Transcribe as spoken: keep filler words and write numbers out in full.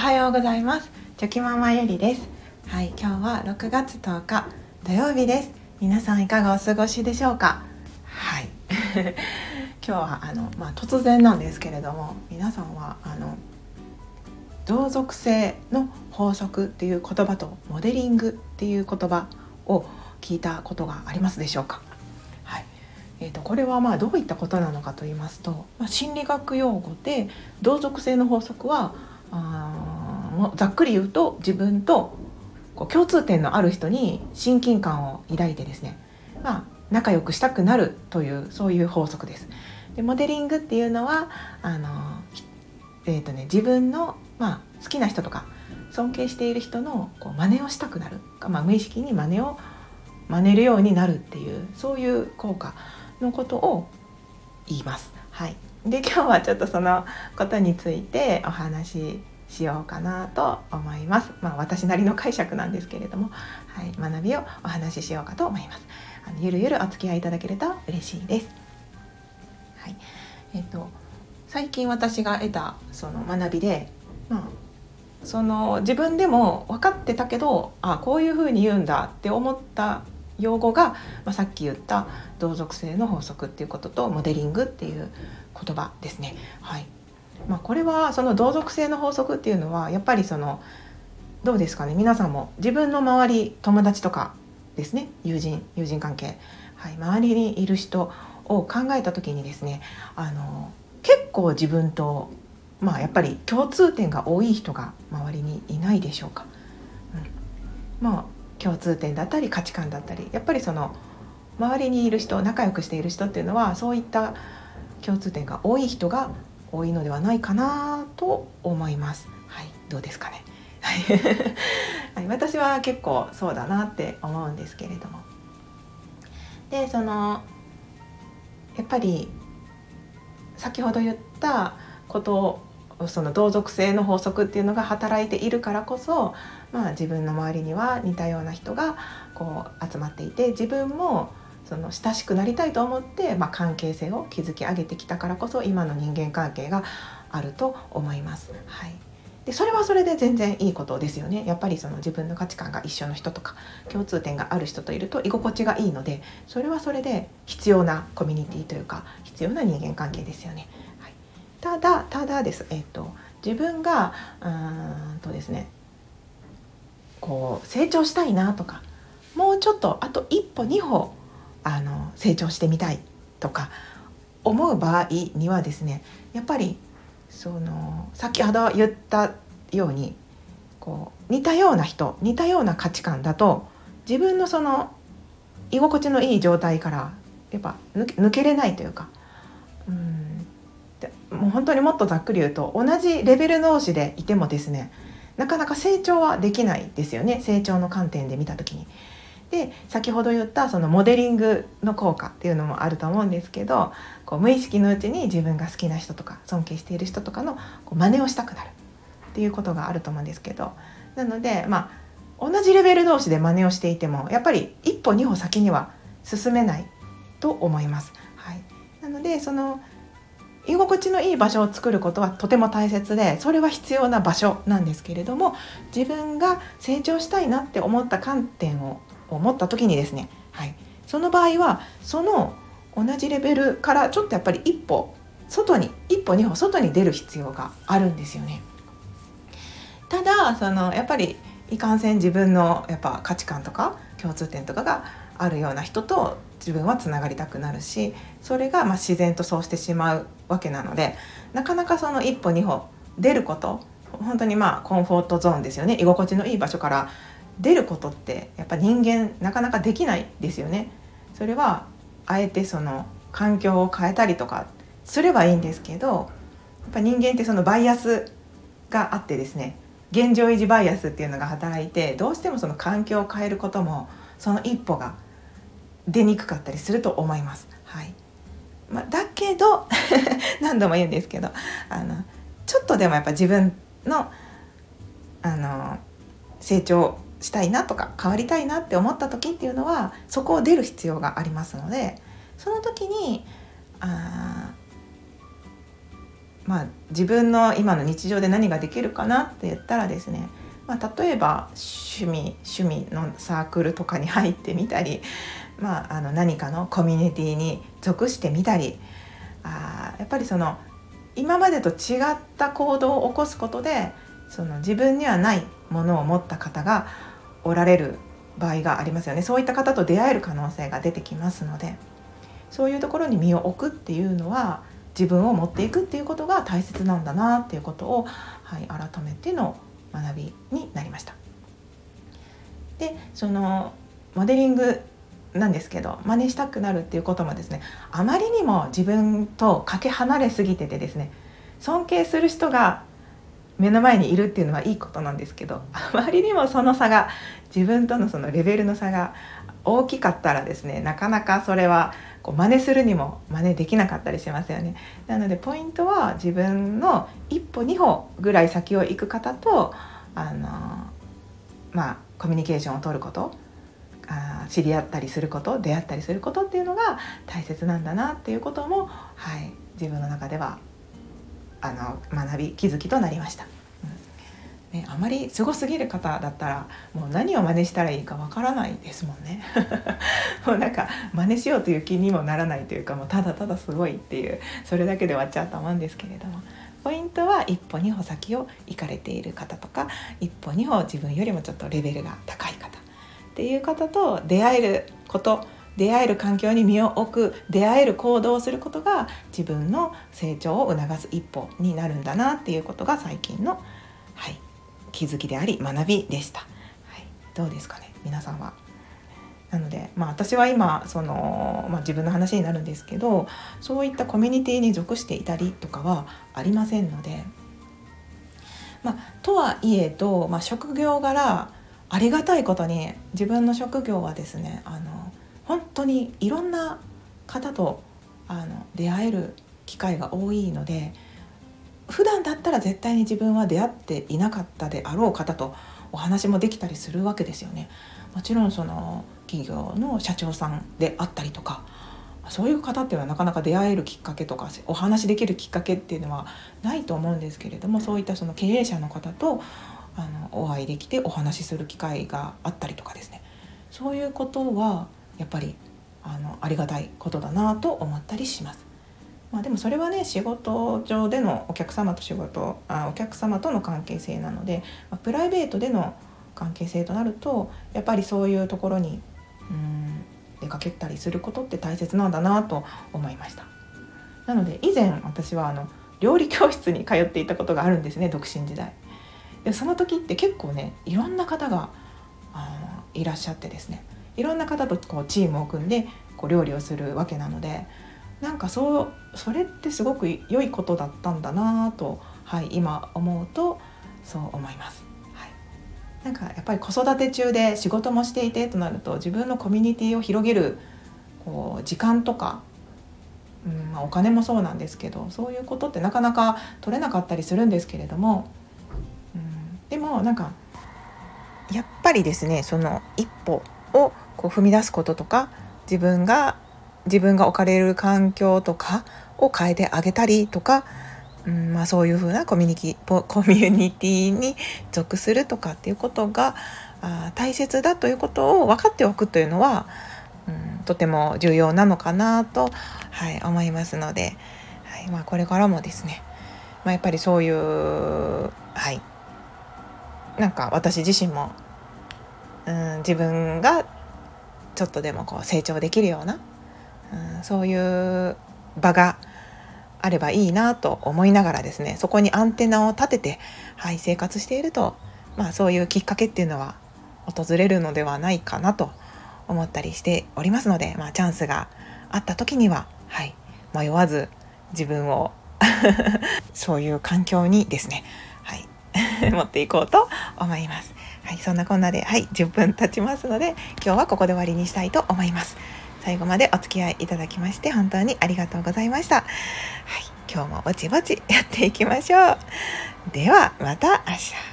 はようございます。チョキママゆりです。はい、今日はろくがつとおか土曜日です。皆さんいかがお過ごしでしょうか。はい今日はあの、まあ、突然なんですけれども、皆さんはあの同族性の法則っていう言葉とモデリングっていう言葉を聞いたことがありますでしょうか。はい、えーと、これはまあどういったことなのかと言いますと、まあ、心理学用語で同族性の法則はあもうざっくり言うと、自分とこう共通点のある人に親近感を抱いてですね、まあ、仲良くしたくなるというそういう法則です。でモデリングっていうのはあの、えーとね、自分の、まあ、好きな人とか尊敬している人のこう真似をしたくなる、まあ、無意識に真似を真似るようになるっていう、そういう効果のことを言います。はい、で今日はちょっとそのことについてお話ししようかなと思います。まあ、私なりの解釈なんですけれども、はい、学びをお話ししようかと思います。あのゆるゆるお付き合いいただけると嬉しいです。はい、えっと最近私が得たその学びで、まあ、その自分でも分かってたけど、あこういう風に言うんだって思った用語が、まあ、さっき言った同族性の法則っていうこととモデリングっていう言葉ですね。はい、まあ、これはその同族性の法則っていうのはやっぱりそのどうですかね、皆さんも自分の周り、友達とかですね、友人友人関係、はい、周りにいる人を考えた時にですね、あの結構自分と、まあ、やっぱり共通点が多い人が周りにいないでしょうか。うん、まあ共通点だったり価値観だったり、やっぱりその周りにいる人、仲良くしている人っていうのはそういった共通点が多い人が多いのではないかなと思います。はい、どうですかね。はい、私は結構そうだなって思うんですけれども、でそのやっぱり先ほど言ったことを、その同族性の法則っていうのが働いているからこそ、まあ、自分の周りには似たような人がこう集まっていて、自分もその親しくなりたいと思って、まあ、関係性を築き上げてきたからこそ今の人間関係があると思います。はい、でそれはそれで全然いいことですよね。やっぱりその自分の価値観が一緒の人とか共通点がある人といると居心地がいいので、それはそれで必要なコミュニティというか必要な人間関係ですよね。はい、ただただです、えっと、自分がうーんとですねこう成長したいなとか、もうちょっとあと一歩二歩あの成長してみたいとか思う場合にはですね、やっぱりその先ほど言ったようにこう似たような人、似たような価値観だと自分のその居心地のいい状態からやっぱ抜け、抜けれないというか、うんでもう本当にもっとざっくり言うと、同じレベル同士でいてもですね、なかなか成長はできないですよね。成長の観点で見た時に。で先ほど言ったそのモデリングの効果っていうのもあると思うんですけど、こう無意識のうちに自分が好きな人とか尊敬している人とかのこう真似をしたくなるっていうことがあると思うんですけど、なのでまあ同じレベル同士で真似をしていてもやっぱり一歩二歩先には進めないと思います。はい、なのでその居心地のいい場所を作ることはとても大切で、それは必要な場所なんですけれども、自分が成長したいなって思った観点を持った時にですね、はい、その場合はその同じレベルからちょっとやっぱり一歩外に一歩二歩外に出る必要があるんですよね。ただそのやっぱりいかんせん自分のやっぱ価値観とか共通点とかがあるような人と自分はつながりたくなるし、それがまあ自然とそうしてしまうわけなので、なかなかその一歩二歩出ること、本当にまあコンフォートゾーンですよね。居心地のいい場所から出ることってやっぱ人間なかなかできないですよね。それはあえてその環境を変えたりとかすればいいんですけど、やっぱ人間ってそのバイアスがあってですね、現状維持バイアスっていうのが働いて、どうしてもその環境を変えることもその一歩が出にくかったりすると思います。はい、まあ、だけど何度も言うんですけど、あのちょっとでもやっぱ自分のあの成長したいなとか変わりたいなって思った時っていうのはそこを出る必要がありますので、その時にあまあ、自分の今の日常で何ができるかなって言ったらですね、まあ、例えば趣味趣味のサークルとかに入ってみたり、まあ、あの何かのコミュニティに属してみたり、あやっぱりその今までと違った行動を起こすことでその自分にはないものを持った方がおられる場合がありますよね。そういった方と出会える可能性が出てきますので、そういうところに身を置くっていうのは自分を持っていくっていうことが大切なんだなっていうことを、はい、改めての学びになりました。でそのモデリングなんですけど、真似したくなるっていうこともですね、あまりにも自分とかけ離れすぎててですね、尊敬する人が目の前にいるっていうのはいいことなんですけど、あまりにもその差が自分とのそのレベルの差が大きかったらですね、なかなかそれはこう真似するにも真似できなかったりしますよね。なのでポイントは自分の一歩二歩ぐらい先を行く方とあのまあコミュニケーションを取ること、あ知り合ったりすること、出会ったりすることっていうのが大切なんだなっていうことも、はい、自分の中ではあの学び気づきとなりました。うんね、あまりすごすぎる方だったらもう何を真似したらいいかわからないですもんね。もうなんか真似しようという気にもならないというか、もうただただすごいっていうそれだけで終わっちゃうと思うんですけれども、ポイントは一歩二歩先を行かれている方とか、一歩二歩自分よりもちょっとレベルが高い方っていう方と出会えること、出会える環境に身を置く、出会える行動をすることが自分の成長を促す一歩になるんだなっていうことが最近の、はい、気づきであり学びでした。はい、どうですかね皆さんは。なので、まあ、私は今その、まあ、自分の話になるんですけど、そういったコミュニティに属していたりとかはありませんので、まあ、とはいえど、まあ、職業柄ありがたいことに自分の職業はですね、あの本当にいろんな方とあの出会える機会が多いので、普段だったら絶対に自分は出会っていなかったであろう方とお話もできたりするわけですよね。もちろんその企業の社長さんであったりとか、そういう方っていうのはなかなか出会えるきっかけとかお話できるきっかけっていうのはないと思うんですけれども、そういったその経営者の方とあのお会いできてお話しする機会があったりとかですね、そういうことはやっぱりあのありがたいことだなと思ったりします。まあ、でもそれはね、仕事上でのお客様と仕事あお客様との関係性なので、まあ、プライベートでの関係性となるとやっぱりそういうところにうん出かけたりすることって大切なんだなと思いました。なので以前私はあの料理教室に通っていたことがあるんですね、独身時代で。その時って結構ね、いろんな方があいらっしゃってですね、いろんな方とこうチームを組んでこう料理をするわけなので、なんかそうそれってすごく良いことだったんだなと、はい、今思うとそう思います。はい、なんかやっぱり子育て中で仕事もしていてとなると、自分のコミュニティを広げるこう時間とか、うんまあ、お金もそうなんですけど、そういうことってなかなか取れなかったりするんですけれども、うん、でもなんかやっぱりですね、その一歩をこう踏み出すこととか、自分が自分が置かれる環境とかを変えてあげたりとか、うんまあ、そういうふうなコミュニティ、コミュニティに属するとかっていうことがあ大切だということを分かっておくというのは、うん、とても重要なのかなと、はい、思いますので、はいまあ、これからもですね、まあ、やっぱりそういう、はい、なんか私自身も、うん、自分がちょっとでもこう成長できるような、うん、そういう場があればいいなと思いながらですね、そこにアンテナを立てて、はい、生活していると、まあ、そういうきっかけっていうのは訪れるのではないかなと思ったりしておりますので、まあ、チャンスがあった時には、はい、迷わず自分をそういう環境にですね、はい、持っていこうと思います。はい、そんなこんなで、はい、じゅっぷん経ちますので、今日はここで終わりにしたいと思います。最後までお付き合いいただきまして本当にありがとうございました。はい、今日もぼちぼちやっていきましょう。ではまた明日。